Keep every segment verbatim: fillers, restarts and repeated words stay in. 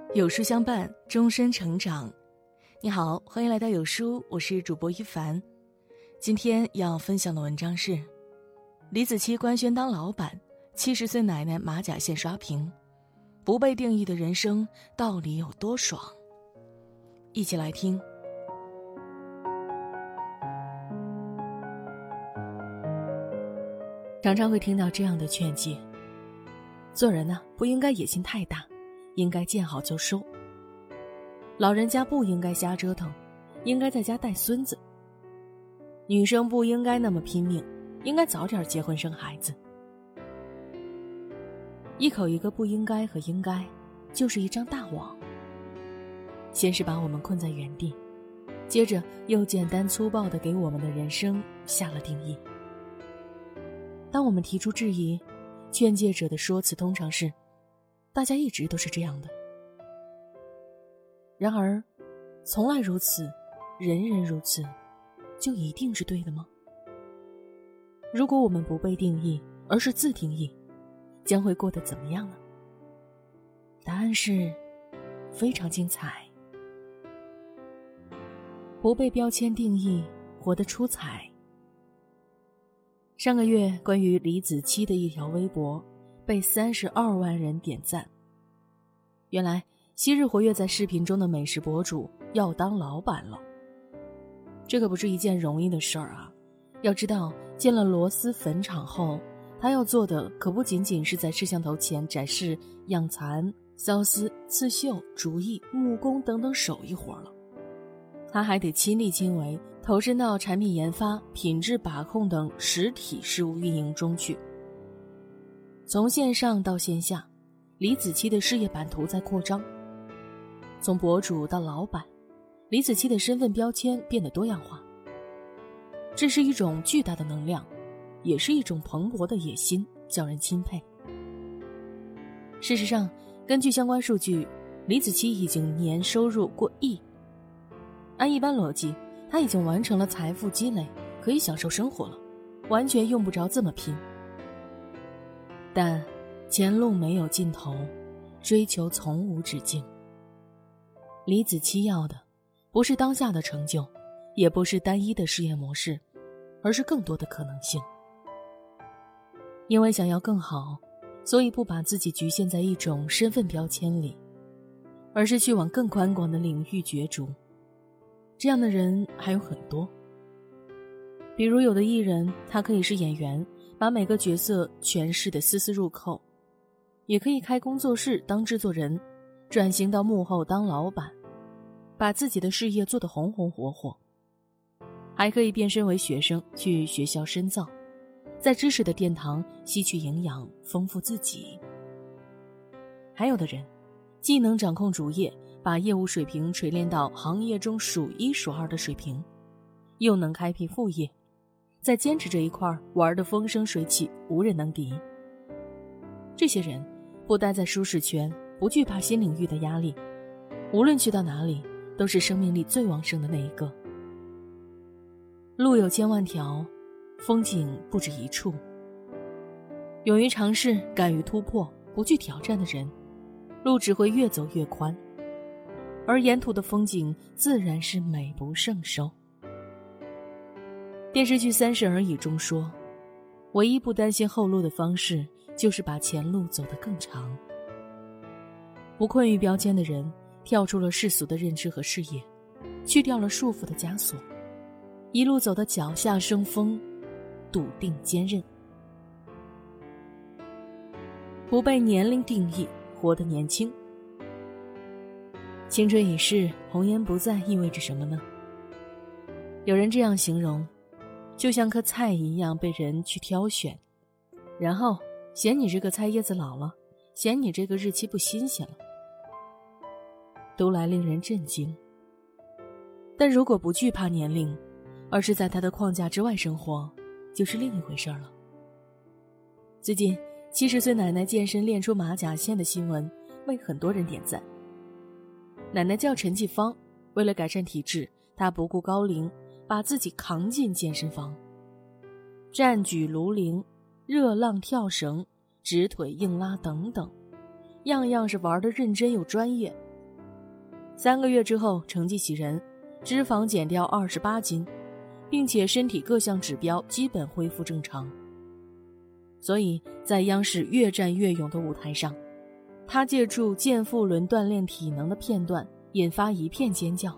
有书相伴，终身成长。你好，欢迎来到有书，我是主播一凡。今天要分享的文章是李子柒官宣当老板，七十岁奶奶马甲线刷屏，不被定义的人生到底有多爽？一起来听。常常会听到这样的劝诫，做人呢，不应该野心太大，应该见好就收。老人家不应该瞎折腾，应该在家带孙子。女生不应该那么拼命，应该早点结婚生孩子。一口一个不应该和应该，就是一张大网。先是把我们困在原地，接着又简单粗暴地给我们的人生下了定义。当我们提出质疑，劝诫者的说辞通常是大家一直都是这样的。然而从来如此，人人如此，就一定是对的吗？如果我们不被定义，而是自定义，将会过得怎么样呢？答案是非常精彩。不被标签定义，活得出彩。上个月关于李子柒的一条微博被三十二万人点赞。原来昔日活跃在视频中的美食博主要当老板了。这可不是一件容易的事儿啊！要知道，建了螺蛳粉厂后，他要做的可不仅仅是在摄像头前展示养蚕、缫丝、刺绣、竹艺、木工等等手艺活了，他还得亲力亲为，投身到产品研发、品质把控等实体事务运营中去。从线上到线下，李子柒的事业版图在扩张。从博主到老板，李子柒的身份标签变得多样化。这是一种巨大的能量，也是一种蓬勃的野心，叫人钦佩。事实上，根据相关数据，李子柒已经年收入过亿。按一般逻辑，他已经完成了财富积累，可以享受生活了，完全用不着这么拼。但前路没有尽头，追求从无止境。李子柒要的不是当下的成就，也不是单一的事业模式，而是更多的可能性。因为想要更好，所以不把自己局限在一种身份标签里，而是去往更宽广的领域角逐。这样的人还有很多。比如有的艺人，他可以是演员，把每个角色诠释得丝丝入扣，也可以开工作室当制作人，转型到幕后当老板，把自己的事业做得红红火火。还可以变身为学生，去学校深造，在知识的殿堂吸取营养，丰富自己。还有的人既能掌控主业，把业务水平锤炼到行业中数一数二的水平，又能开辟副业，在坚持这一块玩得风生水起，无人能敌。这些人不待在舒适圈，不惧怕新领域的压力，无论去到哪里，都是生命力最旺盛的那一个。路有千万条，风景不止一处。勇于尝试，敢于突破，不惧挑战的人，路只会越走越宽，而沿途的风景自然是美不胜收。电视剧《三十而已》中说，唯一不担心后路的方式，就是把前路走得更长。不困于标签的人，跳出了世俗的认知和视野，去掉了束缚的枷锁，一路走得脚下生风，笃定坚韧。不被年龄定义，活得年轻。青春已逝，红颜不在意味着什么呢？有人这样形容，就像颗菜一样被人去挑选，然后嫌你这个菜叶子老了，嫌你这个日期不新鲜了，读来令人震惊。但如果不惧怕年龄，而是在它的框架之外生活，就是另一回事了。最近七十岁奶奶健身练出马甲线的新闻为很多人点赞。奶奶叫陈继芳，为了改善体质，她不顾高龄，把自己扛进健身房，站举卢铃、热浪跳绳、直腿硬拉等等，样样是玩得认真又专业， 三个月之后成绩喜人，脂肪减掉二十八斤，并且身体各项指标基本恢复正常。所以在央视越战越勇的舞台上，他借助健腹轮锻炼体能的片段引发一片尖叫。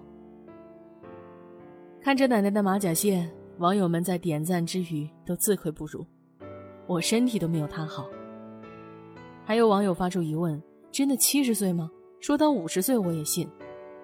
看着奶奶的马甲线，网友们在点赞之余都自愧不如，我身体都没有她好。还有网友发出疑问，真的七十岁吗？说到五十岁我也信。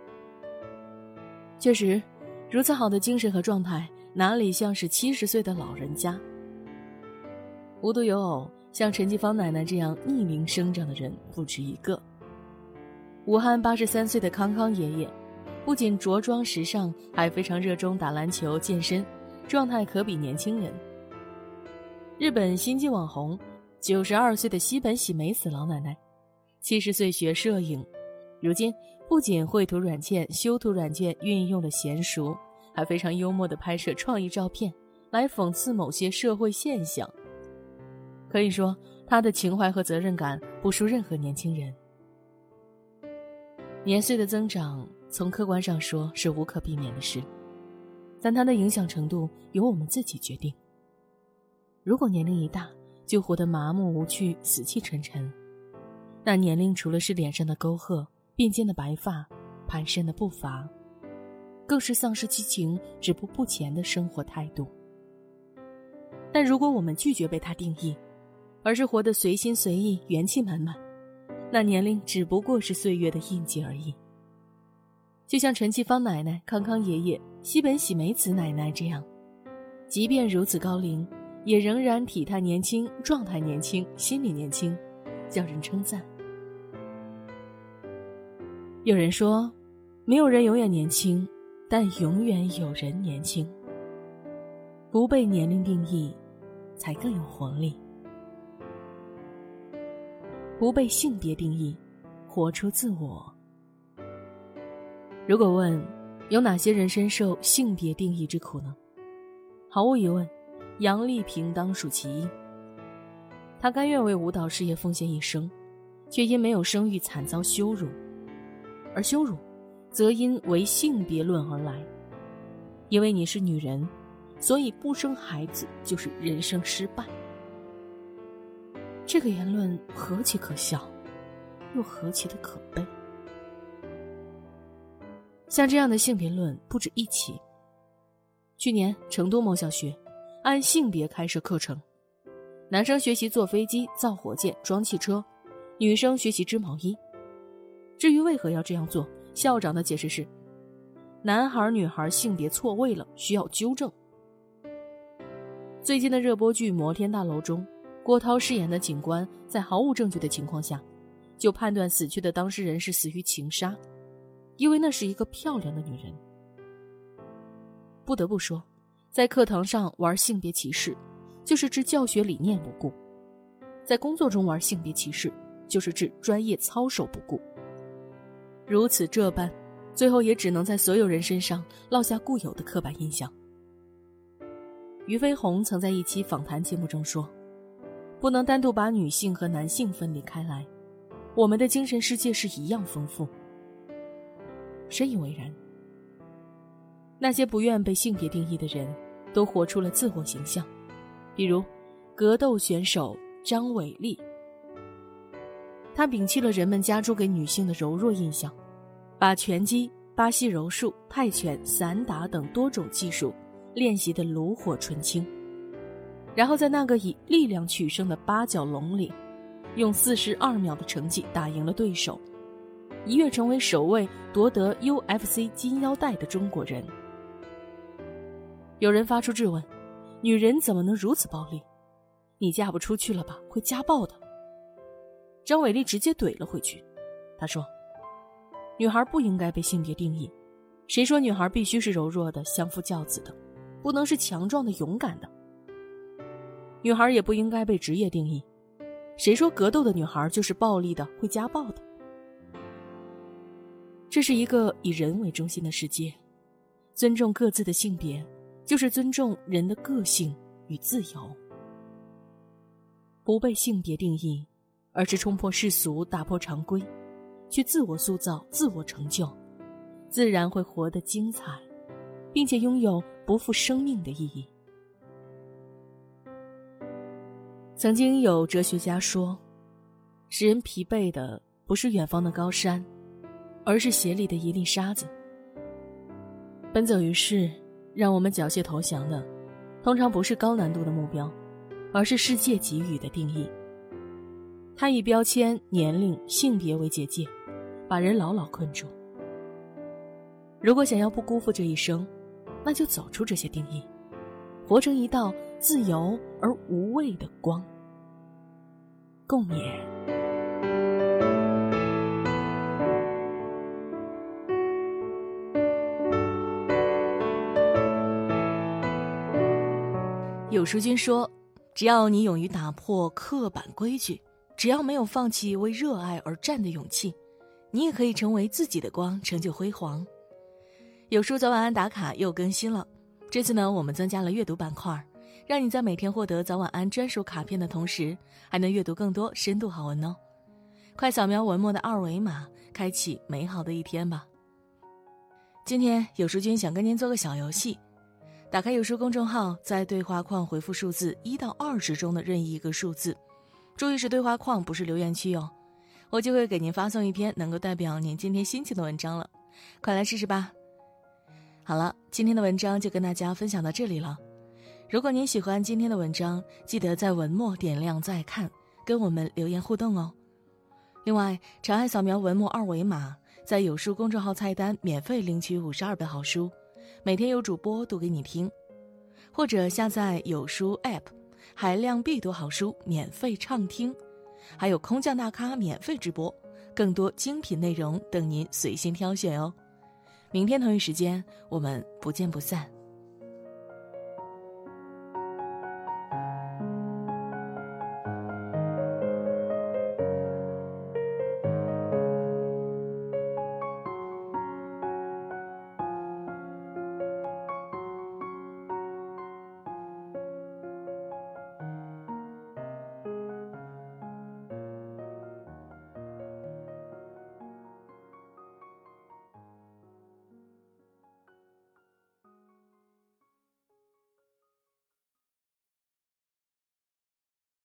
确实，如此好的精神和状态，哪里像是七十岁的老人家。无独有偶，像陈继芳奶奶这样逆龄生长的人不止一个。武汉八十三岁的康康爷爷，不仅着装时尚，还非常热衷打篮球、健身，状态可比年轻人。日本新晋网红九十二岁的西本喜美子老奶奶，七十岁学摄影，如今不仅绘图软件、修图软件运用的娴熟，还非常幽默地拍摄创意照片，来讽刺某些社会现象。可以说，他的情怀和责任感不输任何年轻人。年岁的增长，从客观上说是无可避免的事，但它的影响程度由我们自己决定。如果年龄一大就活得麻木无趣、死气沉沉，那年龄除了是脸上的沟壑、鬓间的白发、蹒跚的步伐，更是丧失激情、止步不前的生活态度。但如果我们拒绝被它定义，而是活得随心随意、元气满满，那年龄只不过是岁月的印记而已。就像陈继芳奶奶、康康爷爷、西本喜美子奶奶这样，即便如此高龄，也仍然体态年轻、状态年轻、心理年轻，叫人称赞。有人说，没有人永远年轻，但永远有人年轻。不被年龄定义，才更有活力。不被性别定义，活出自我。如果问有哪些人深受性别定义之苦呢？毫无疑问，杨丽萍当属其一。她甘愿为舞蹈事业奉献一生，却因没有生育惨遭羞辱，而羞辱则因为性别论而来。因为你是女人，所以不生孩子就是人生失败。这个言论何其可笑，又何其的可悲。像这样的性别论不止一起。去年成都某小学按性别开设课程，男生学习坐飞机、造火箭、装汽车，女生学习织毛衣。至于为何要这样做，校长的解释是，男孩女孩性别错位了，需要纠正。最近的热播剧《摩天大楼》中，郭涛饰演的警官在毫无证据的情况下，就判断死去的当事人是死于情杀，因为那是一个漂亮的女人。不得不说，在课堂上玩性别歧视，就是置教学理念不顾；在工作中玩性别歧视，就是置专业操守不顾。如此这般，最后也只能在所有人身上落下固有的刻板印象。俞飞鸿曾在一期访谈节目中说，不能单独把女性和男性分离开来，我们的精神世界是一样丰富。深以为然。那些不愿被性别定义的人，都活出了自我形象，比如格斗选手张伟丽。他摒弃了人们加诸给女性的柔弱印象，把拳击、巴西柔术、泰拳、散打等多种技术练习得炉火纯青，然后在那个以力量取胜的八角笼里，用四十二秒的成绩打赢了对手，一跃成为首位夺得 U F C 金腰带的中国人。有人发出质问，女人怎么能如此暴力？你嫁不出去了吧，会家暴的。张伟丽直接怼了回去，她说，女孩不应该被性别定义，谁说女孩必须是柔弱的、相夫教子的，不能是强壮的、勇敢的。女孩也不应该被职业定义，谁说格斗的女孩就是暴力的、会家暴的。这是一个以人为中心的世界，尊重各自的性别，就是尊重人的个性与自由。不被性别定义，而是冲破世俗，打破常规，去自我塑造、自我成就， 自然会活得精彩，并且拥有不负生命的意义。曾经有哲学家说，使人疲惫的不是远方的高山，而是鞋里的一粒沙子。奔走于世，让我们缴械投降的，通常不是高难度的目标，而是世界给予的定义。它以标签、年龄、性别为结界，把人牢牢困住。如果想要不辜负这一生，那就走出这些定义，活成一道自由而无畏的光。共勉。有书君说，只要你勇于打破刻板规矩，只要没有放弃为热爱而战的勇气，你也可以成为自己的光，成就辉煌。有书早晚安打卡又更新了，这次呢，我们增加了阅读板块，让你在每天获得早晚安专属卡片的同时，还能阅读更多深度好文哦。快扫描文末的二维码，开启美好的一天吧。今天有书君想跟您做个小游戏，打开有书公众号，在对话框回复数字一到二十中的任意一个数字，注意是对话框，不是留言区哦，我就会给您发送一篇能够代表您今天心情的文章了，快来试试吧。好了，今天的文章就跟大家分享到这里了。如果您喜欢今天的文章，记得在文末点亮再看，跟我们留言互动哦。另外，长按扫描文末二维码，在有书公众号菜单免费领取五十二本好书，每天有主播读给你听，或者下载有书 App， 海量必读好书免费畅听，还有空降大咖免费直播，更多精品内容等您随心挑选哦。明天同一时间，我们不见不散。